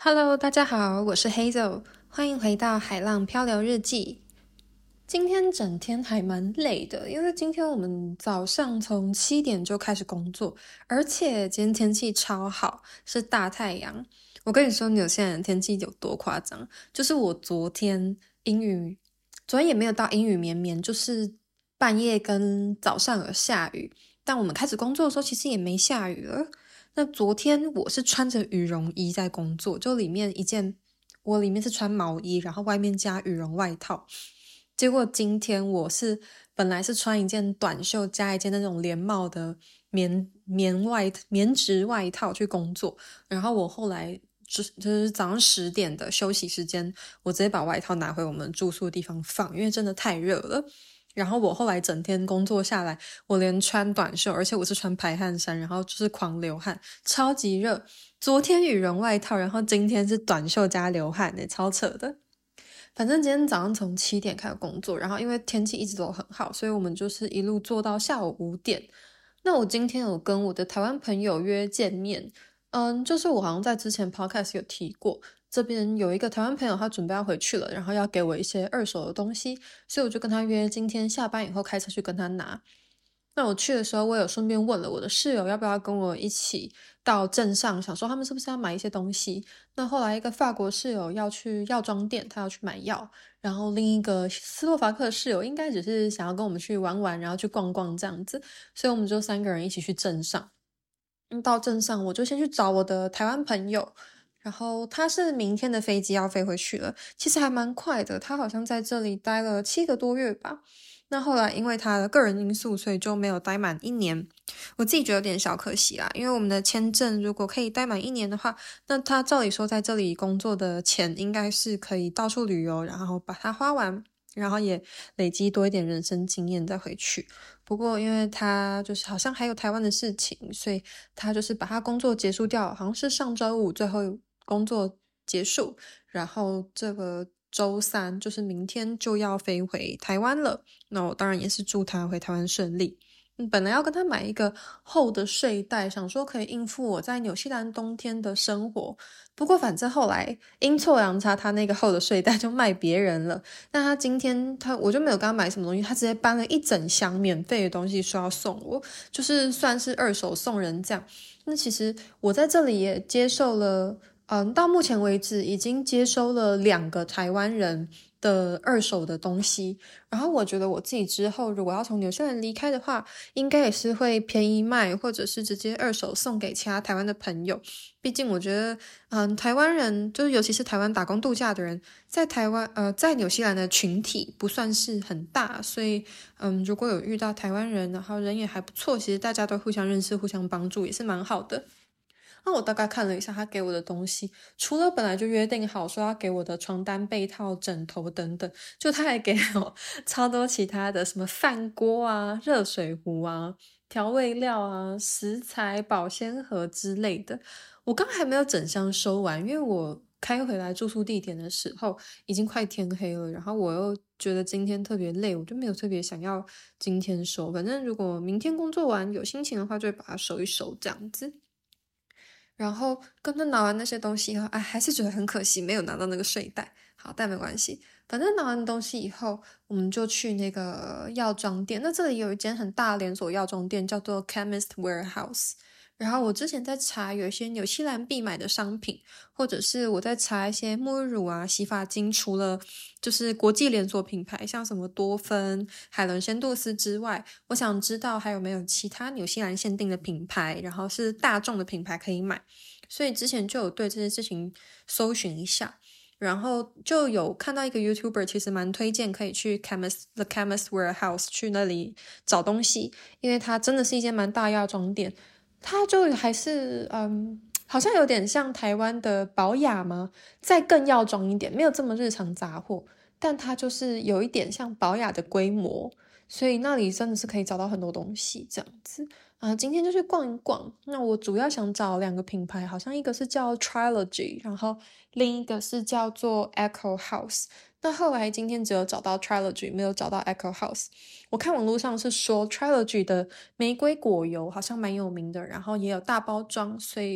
Hello，大家好，我是 Hazel，欢迎回到海浪漂流日记。今天整天还蛮累的，因为今天我们早上从7点就开始工作，而且今天天气超好，是大太阳。我跟你说，纽西兰的天气有多夸张，就是我昨天也没有到阴雨绵绵，就是半夜跟早上有下雨，但我们开始工作的时候其实也没下雨了。那昨天我是穿着羽绒衣在工作，就我里面是穿毛衣，然后外面加羽绒外套。结果今天本来是穿一件短袖加一件那种连帽的棉质外套去工作，然后我后来就是早上10点的休息时间，我直接把外套拿回我们住宿的地方放，因为真的太热了。然后我后来整天工作下来，我连穿短袖，而且我是穿排汗衫，然后就是狂流汗，超级热。昨天羽绒外套，然后今天是短袖加流汗，超扯的。反正今天早上从7点开始工作，然后因为天气一直都很好，所以我们就是一路做到下午5点。那我今天有跟我的台湾朋友约见面，就是我好像在之前 podcast 有提过，这边有一个台湾朋友他准备要回去了，然后要给我一些二手的东西，所以我就跟他约今天下班以后开车去跟他拿。那我去的时候，我有顺便问了我的室友要不要跟我一起到镇上，想说他们是不是要买一些东西。那后来一个法国室友要去药妆店，他要去买药，然后另一个斯洛伐克室友应该只是想要跟我们去玩玩，然后去逛逛这样子，所以我们就3个人一起去镇上。到镇上我就先去找我的台湾朋友，然后他是明天的飞机要飞回去了，其实还蛮快的，他好像在这里待了7个多月吧。那后来因为他的个人因素，所以就没有待满1年。我自己觉得有点小可惜啦，因为我们的签证如果可以待满1年的话，那他照理说在这里工作的钱应该是可以到处旅游，然后把它花完，然后也累积多一点人生经验再回去。不过因为他就是好像还有台湾的事情，所以他就是把他工作结束掉，好像是上周五最后工作结束，然后这个周3就是明天就要飞回台湾了。那我当然也是祝他回台湾顺利。本来要跟他买一个厚的睡袋，想说可以应付我在纽西兰冬天的生活。不过反正后来阴错阳差，他那个厚的睡袋就卖别人了。那他今天我就没有跟他买什么东西，他直接搬了一整箱免费的东西说要送我，就是算是二手送人这样。那其实我在这里也接受了，到目前为止已经接收了2个台湾人的二手的东西。然后我觉得我自己之后如果要从纽西兰离开的话，应该也是会便宜卖，或者是直接二手送给其他台湾的朋友。毕竟我觉得，台湾人就是尤其是台湾打工度假的人，在在纽西兰的群体不算是很大，所以如果有遇到台湾人，然后人也还不错，其实大家都互相认识、互相帮助，也是蛮好的。那我大概看了一下他给我的东西，除了本来就约定好说要给我的床单、被套、枕头等等，就他还给我超多其他的，什么饭锅啊、热水壶啊、调味料啊、食材、保鲜盒之类的。我刚还没有整箱收完，因为我开回来住宿地点的时候已经快天黑了，然后我又觉得今天特别累，我就没有特别想要今天收。反正如果明天工作完有心情的话，就会把它收一收这样子。然后跟他拿完那些东西以后，还是觉得很可惜，没有拿到那个睡袋。好，但没关系，反正拿完东西以后，我们就去那个药妆店。那这里有一间很大连锁药妆店，叫做 Chemist Warehouse。然后我之前在查有一些纽西兰必买的商品，或者是我在查一些沐浴乳啊、洗发精，除了就是国际连锁品牌，像什么多芬、海伦仙度丝之外，我想知道还有没有其他纽西兰限定的品牌，然后是大众的品牌可以买。所以之前就有对这些事情搜寻一下，然后就有看到一个 YouTuber 其实蛮推荐可以去 The Chemist Warehouse 去那里找东西，因为它真的是一间蛮大药妆店。它就还是好像有点像台湾的宝雅吗？再更药妆一点，没有这么日常杂货，但它就是有一点像宝雅的规模，所以那里真的是可以找到很多东西这样子。今天就去逛一逛。那我主要想找2个品牌，好像一个是叫 Trilogy， 然后另一个是叫做 Echo House。那后来今天只有找到 Trilogy， 没有找到 Echo House。我看网络上是说 Trilogy 的玫瑰果油好像蛮有名的，然后也有大包装，所以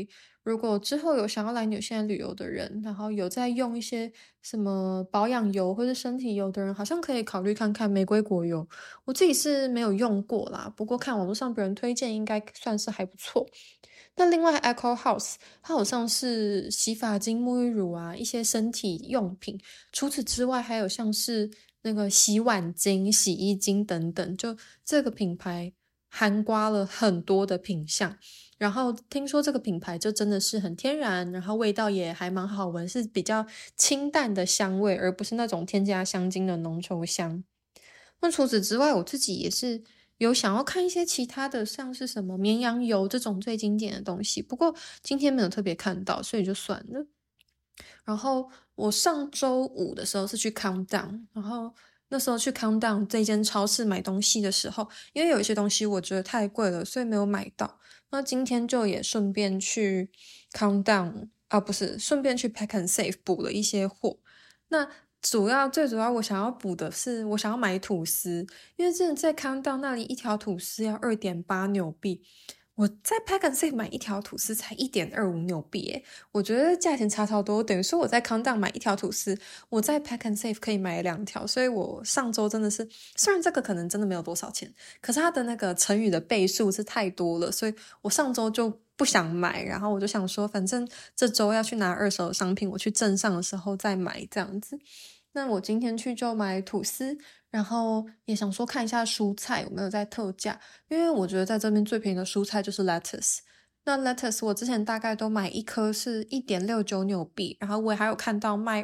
如果之后有想要来纽西兰旅游的人，然后有在用一些什么保养油或者身体油的人，好像可以考虑看看玫瑰果油。我自己是没有用过啦，不过看网络上别人推荐，应该算是还不错。那另外 Echo House 它好像是洗发精、沐浴乳啊，一些身体用品。除此之外，还有像是那个洗碗巾、洗衣精等等，就这个品牌涵盖了很多的品项。然后听说这个品牌就真的是很天然，然后味道也还蛮好闻，是比较清淡的香味，而不是那种添加香精的浓稠香。那除此之外，我自己也是有想要看一些其他的，像是什么绵羊油这种最经典的东西，不过今天没有特别看到，所以就算了。然后我上周五的时候是去 Countdown，然后那时候去 Countdown 这间超市买东西的时候，因为有一些东西我觉得太贵了，所以没有买到。那今天就也顺便去 Countdown 啊，不是，顺便去 Pack and Save 补了一些货。那最主要我想要补的是，我想要买吐司，因为真的在 Countdown 那里一条吐司要2.8纽币。我在 Pack and Save 买一条吐司才1.25纽币耶，我觉得价钱差超多，等于说我在 Countdown 买一条吐司，我在 Pack and Save 可以买2条，所以我上周真的是，虽然这个可能真的没有多少钱，可是它的那个成语的倍数是太多了，所以我上周就不想买，然后我就想说，反正这周要去拿二手商品，我去镇上的时候再买这样子。那我今天去就买吐司，然后也想说看一下蔬菜有没有在特价，因为我觉得在这边最便宜的蔬菜就是 lettuce。那 lettuce 我之前大概都买一颗是1.69纽币，然后我也还有看到卖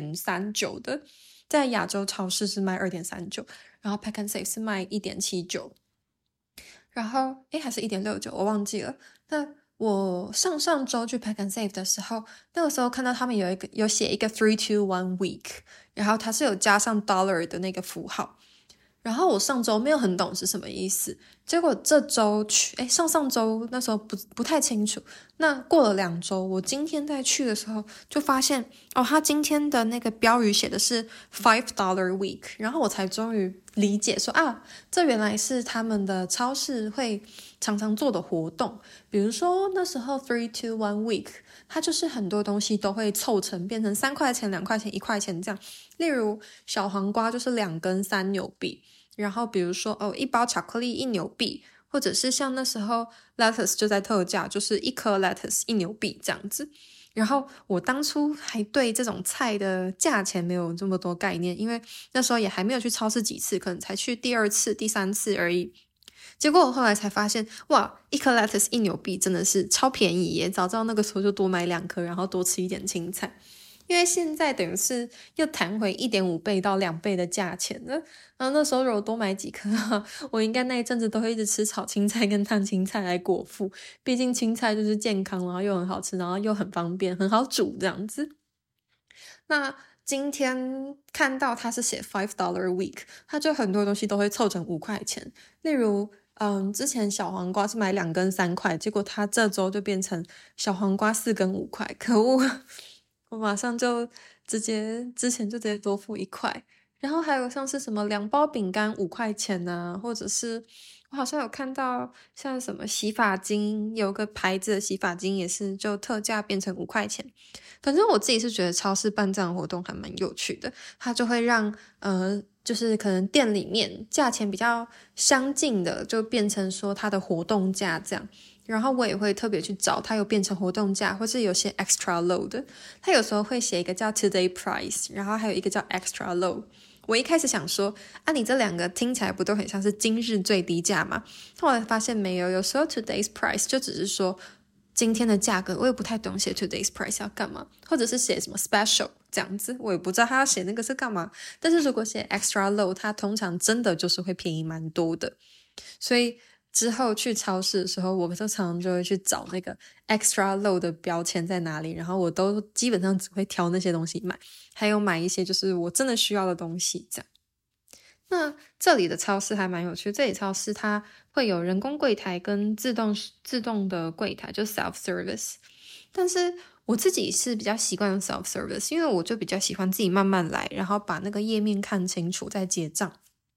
2.39的，在亚洲超市是卖2.39，然后 Pack and Save 是卖1.79，然后还是1.69，我忘记了。那我上周去 Pack and Save 的时候，那个时候看到他们有写一个 3-2-1 week，然后它是有加上 dollar 的那个符号。然后我上周没有很懂是什么意思，结果这周去，上周那时候不太清楚。那过了2周，我今天再去的时候就发现，他今天的那个标语写的是$5 week，然后我才终于理解说这原来是他们的超市会常常做的活动。比如说那时候 3-2-1 week，它就是很多东西都会凑成变成3块钱、2块钱、1块钱这样。例如小黄瓜就是2根3纽币。然后比如说一包巧克力1纽币，或者是像那时候 lettuce 就在特价，就是1颗 lettuce 1纽币这样子。然后我当初还对这种菜的价钱没有这么多概念，因为那时候也还没有去超市几次，可能才去第2次、第3次而已。结果我后来才发现，哇，1颗 lettuce 1纽币真的是超便宜耶！早知道那个时候就多买2颗，然后多吃一点青菜。因为现在等于是又弹回1.5倍到2倍的价钱了，然后那时候如果多买几颗我应该那一阵子都会一直吃炒青菜跟烫青菜来果腹，毕竟青菜就是健康，然后又很好吃，然后又很方便，很好煮这样子。那今天看到它是写$5 week， 它就很多东西都会凑成5块钱，例如之前小黄瓜是买2根3块，结果它这周就变成小黄瓜4根5块，可恶！我马上就之前就直接多付1块。然后还有像是什么2包饼干5块钱啊，或者是我好像有看到像什么洗发精，有个牌子的洗发精也是就特价变成5块钱。反正我自己是觉得超市办这样的活动还蛮有趣的，它就会让就是可能店里面价钱比较相近的就变成说它的活动价这样。然后我也会特别去找它有变成活动价，或是有些 extra low 的，它有时候会写一个叫 today price， 然后还有一个叫 extra low。我一开始想说你这2个听起来不都很像是今日最低价吗？后来发现没有，有时候 today's price 就只是说今天的价格，我也不太懂写 today's price 要干嘛，或者是写什么 special 这样子，我也不知道他要写那个是干嘛。但是如果写 extra low， 它通常真的就是会便宜蛮多的。所以之后去超市的时候，我就常常就会去找那个 extra low 的标签在哪里，然后我都基本上只会挑那些东西买，还有买一些就是我真的需要的东西这样。那这里的超市还蛮有趣，这里超市它会有人工柜台跟自动的柜台，就 self service。但是我自己是比较习惯用 self service，因为我就比较喜欢自己慢慢来，然后把那个页面看清楚再结账。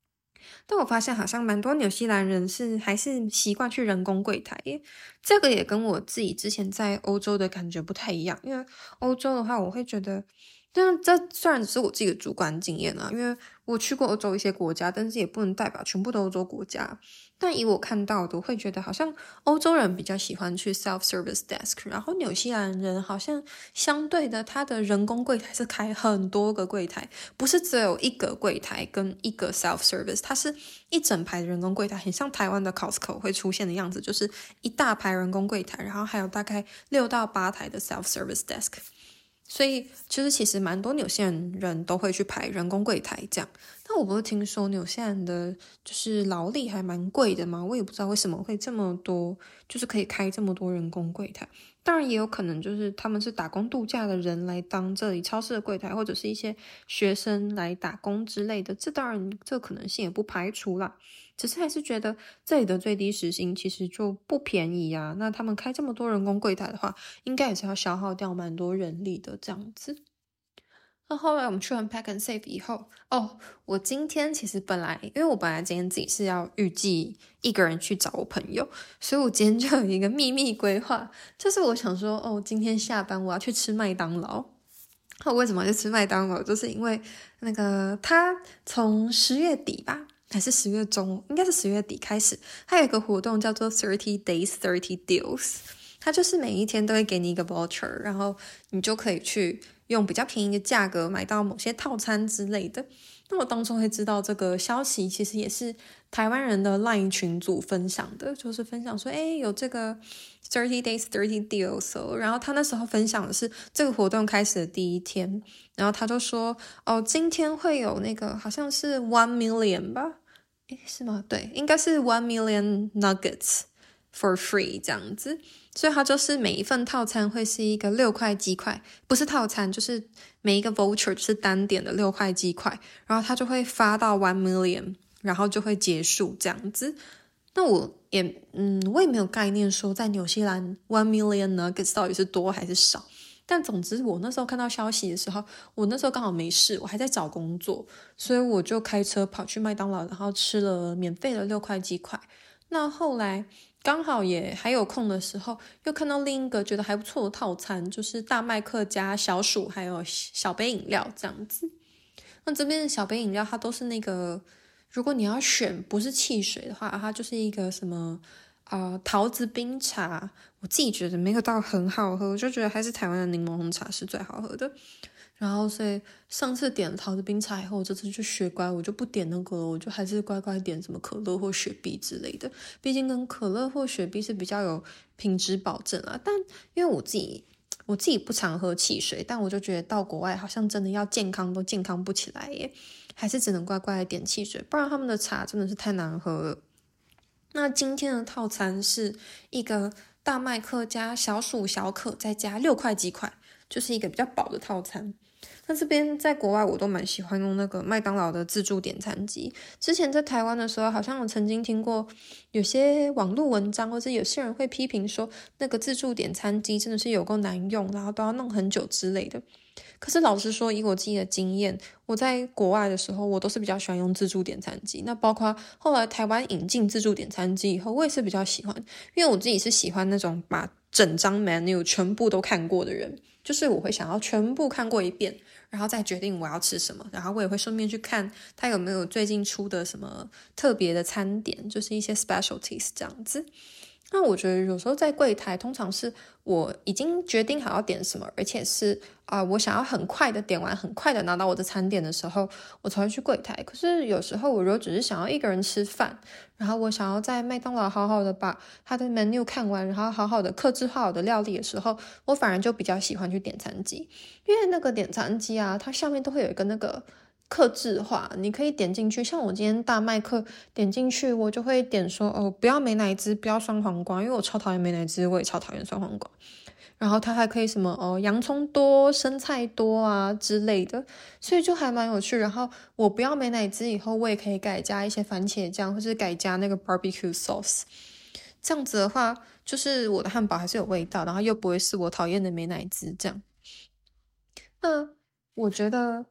但我发现好像蛮多纽西兰人还是习惯去人工柜台耶，这个也跟我自己之前在欧洲的感觉不太一样。因为欧洲的话，我会觉得，但这虽然只是我自己的主观经验啊，因为我去过欧洲一些国家，但是也不能代表全部的欧洲国家。但以我看到的，我会觉得好像欧洲人比较喜欢去 self-service desk， 然后纽西兰人好像相对的，他的人工柜台是开很多个柜台，不是只有一个柜台跟一个 self-service， 它是一整排的人工柜台，很像台湾的 Costco 会出现的样子，就是一大排人工柜台，然后还有大概6到8台的 self-service desk。所以就是其实蛮多纽西兰人都会去排人工柜台这样。但我不是听说纽西兰的就是劳力还蛮贵的吗？我也不知道为什么会这么多，就是可以开这么多人工柜台。当然也有可能就是他们是打工度假的人来当这里超市的柜台，或者是一些学生来打工之类的，这当然这可能性也不排除啦。只是还是觉得这里的最低时薪其实就不便宜啊，那他们开这么多人工柜台的话，应该也是要消耗掉蛮多人力的这样子。那后来我们去完 Pack and Save 以后，我今天其实因为我本来今天自己是要预计一个人去找我朋友，所以我今天就有一个秘密规划，就是我想说，今天下班我要去吃麦当劳。为什么要去吃麦当劳？就是因为那个他从10月底吧，还是10月中，应该是10月底开始，他有一个活动叫做30 Days 30 Deals， 他就是每一天都会给你一个 voucher， 然后你就可以去用比较便宜的价格买到某些套餐之类的。那我当初会知道这个消息，其实也是台湾人的 LINE 群组分享的，就是分享说，有这个30 days 30 deals，然后他那时候分享的是这个活动开始的第一天，然后他就说，今天会有那个好像是1 million 吧，是吗？对，应该是1 million nuggets for free 这样子，所以它就是每一份套餐会是一个6块鸡块，不是套餐，就是每一个 voucher 就是单点的6块鸡块，然后它就会发到1 million， 然后就会结束这样子。那我也没有概念说在纽西兰1 million nuggets 到底是多还是少，但总之我那时候看到消息的时候，我那时候刚好没事，我还在找工作，所以我就开车跑去麦当劳，然后吃了免费的6块鸡块。那后来刚好也还有空的时候，又看到另一个觉得还不错的套餐，就是大麦克加小薯还有小杯饮料这样子。那这边的小杯饮料它都是那个，如果你要选不是汽水的话，它就是一个什么桃子冰茶，我自己觉得没有到很好喝，我就觉得还是台湾的柠檬红茶是最好喝的。然后所以上次点了桃子冰茶以后，我这次就学乖，我就不点那个了，我就还是乖乖点什么可乐或雪碧之类的，毕竟跟可乐或雪碧是比较有品质保证啊。但因为我自己不常喝汽水，但我就觉得到国外好像真的要健康都健康不起来耶，还是只能乖乖的点汽水，不然他们的茶真的是太难喝了。那今天的套餐是一个大麦克加小薯小可再加6块鸡块，就是一个比较饱的套餐。那这边在国外我都蛮喜欢用那个麦当劳的自助点餐机。之前在台湾的时候，好像我曾经听过有些网络文章，或者有些人会批评说那个自助点餐机真的是有够难用，然后都要弄很久之类的。可是老实说，以我自己的经验，我在国外的时候，我都是比较喜欢用自助点餐机。那包括后来台湾引进自助点餐机以后，我也是比较喜欢，因为我自己是喜欢那种把整张 menu 全部都看过的人，就是我会想要全部看过一遍，然后再决定我要吃什么，然后我也会顺便去看他有没有最近出的什么特别的餐点，就是一些 specialties 这样子。那我觉得有时候在柜台，通常是我已经决定好要点什么，而且是我想要很快的点完，很快的拿到我的餐点的时候，我才会去柜台。可是有时候我如果只是想要一个人吃饭，然后我想要在麦当劳好好的把它的 menu 看完，然后好好的客制化我的料理的时候，我反而就比较喜欢去点餐机，因为那个点餐机啊，它下面都会有一个那个客制化，你可以点进去，像我今天大麦克点进去，我就会点说不要美乃滋，不要酸黄瓜，因为我超讨厌美乃滋，我也超讨厌酸黄瓜。然后它还可以什么洋葱多、生菜多啊之类的，所以就还蛮有趣。然后我不要美乃滋以后，我也可以改加一些番茄酱，或是改加那个 barbecue sauce。这样子的话，就是我的汉堡还是有味道，然后又不会是我讨厌的美乃滋这样。那我觉得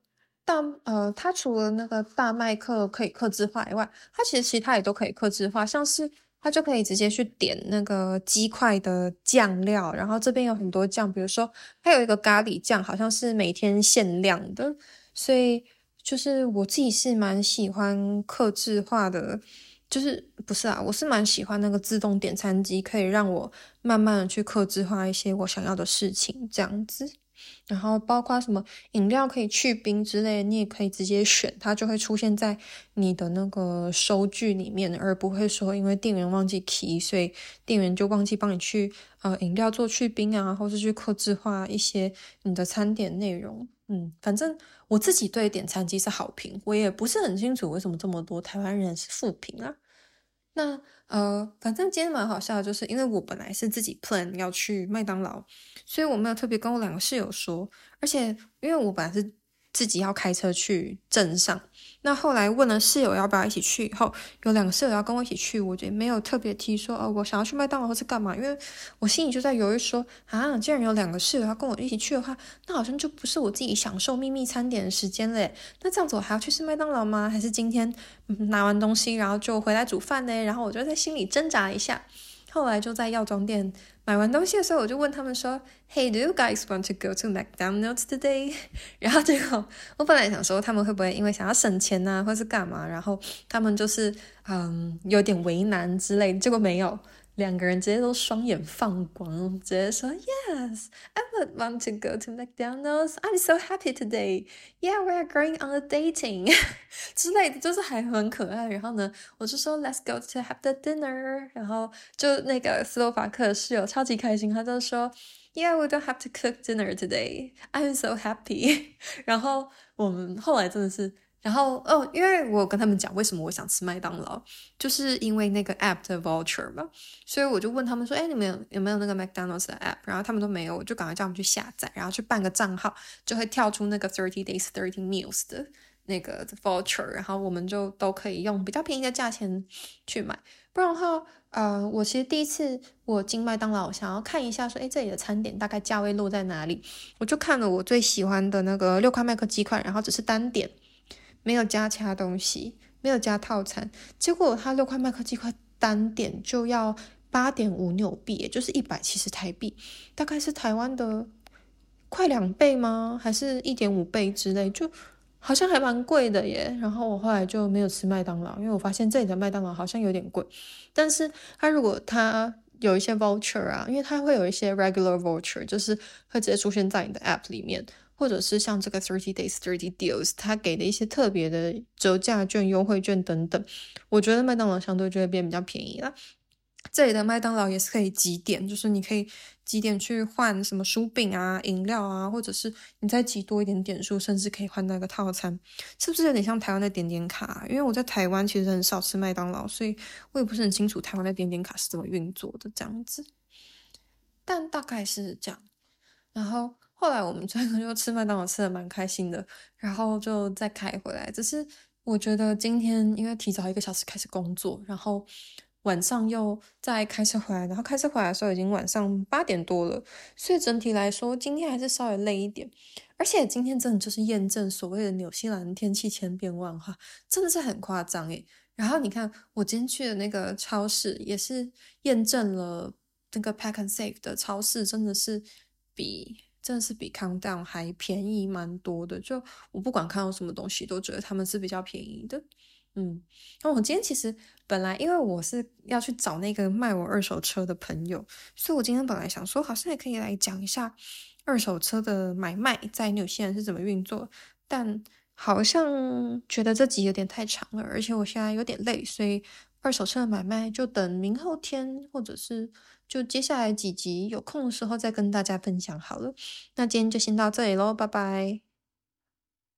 它除了那个大麦克可以客制化以外，它其实其他也都可以客制化，像是它就可以直接去点那个鸡块的酱料，然后这边有很多酱，比如说还有一个咖喱酱，好像是每天限量的，所以就是我自己是蛮喜欢客制化的。就是不是啊，我是蛮喜欢那个自动点餐机，可以让我慢慢的去客制化一些我想要的事情，这样子。然后包括什么饮料可以去冰之类的，你也可以直接选，它就会出现在你的那个收据里面，而不会说因为店员忘记 key，所以店员就忘记帮你去饮料做去冰啊，或是去客制化一些你的餐点内容。反正我自己对点餐机是好评，我也不是很清楚为什么这么多台湾人是负评啊。那反正今天蛮好笑的，就是因为我本来是自己 plan 要去麦当劳，所以我没有特别跟我2个室友说，而且因为我本来是自己要开车去镇上，那后来问了室友要不要一起去，以后有2个室友要跟我一起去，我就没有特别提说我想要去麦当劳或是干嘛，因为我心里就在犹豫说既然有2个室友要跟我一起去的话，那好像就不是我自己享受秘密餐点的时间嘞，那这样子我还要去吃麦当劳吗？还是今天拿完东西然后就回来煮饭呢？然后我就在心里挣扎一下，后来就在药妆店买完东西的时候，我就问他们说 Hey, do you guys want to go to McDonald's today? 然后结果我本来想说他们会不会因为想要省钱啊，或是干嘛，然后他们就是有点为难之类的，结果没有，2个人直接都双眼放光，直接说 Yes, I would want to go to McDonald's. I'm so happy today. Yeah, we are going on a dating 之类的，就是还很可爱。然后呢，我就说 Let's go to have the dinner。然后就那个斯洛伐克的室友超级开心，他就说 Yeah, we don't have to cook dinner today. I'm so happy 然后我们后来真的是。然后因为我有跟他们讲为什么我想吃麦当劳，就是因为那个 app 的 voucher 嘛，所以我就问他们说，你们有没有那个 McDonald's 的 app？ 然后他们都没有，我就赶快叫他们去下载，然后去办个账号，就会跳出那个30 days 30 meals 的那个 voucher， 然后我们就都可以用比较便宜的价钱去买。不然的话，我其实第一次我进麦当劳，想要看一下说，这里的餐点大概价位落在哪里，我就看了我最喜欢的那个6块麦克鸡块，然后只是单点。没有加其他东西，没有加套餐，结果他6块麦克鸡块单点就要8.5纽币，也就是170台币，大概是台湾的快2倍吗？还是1.5倍之类？就好像还蛮贵的耶。然后我后来就没有吃麦当劳，因为我发现这里的麦当劳好像有点贵。但是如果它有一些 voucher 啊，因为它会有一些 regular voucher， 就是会直接出现在你的 app 里面。或者是像这个30 days 30 deals， 它给的一些特别的折价券、优惠券等等，我觉得麦当劳相对就会变比较便宜啦。这里的麦当劳也是可以集点，就是你可以集点去换什么薯饼啊、饮料啊，或者是你再集多一点点数，甚至可以换那个套餐，是不是有点像台湾的点点卡？因为我在台湾其实很少吃麦当劳，所以我也不是很清楚台湾的点点卡是怎么运作的这样子，但大概是这样。然后后来我们3个就吃麦当劳吃的蛮开心的，然后就再开回来。只是我觉得今天因为提早1个小时开始工作，然后晚上又再开车回来，然后开车回来的时候已经晚上8点多了，所以整体来说今天还是稍微累一点。而且今天真的就是验证所谓的纽西兰天气千变万化，真的是很夸张诶。然后你看我今天去的那个超市也是验证了那个 Pack and Save 的超市真的是比 Countdown 还便宜蛮多的，就我不管看到什么东西都觉得他们是比较便宜的。那我今天其实本来因为我是要去找那个卖我二手车的朋友，所以我今天本来想说好像也可以来讲一下二手车的买卖在纽西兰是怎么运作，但好像觉得这集有点太长了，而且我现在有点累，所以二手车的买卖就等明后天，或者是就接下来几集有空的时候再跟大家分享好了。那今天就先到这里咯，拜拜。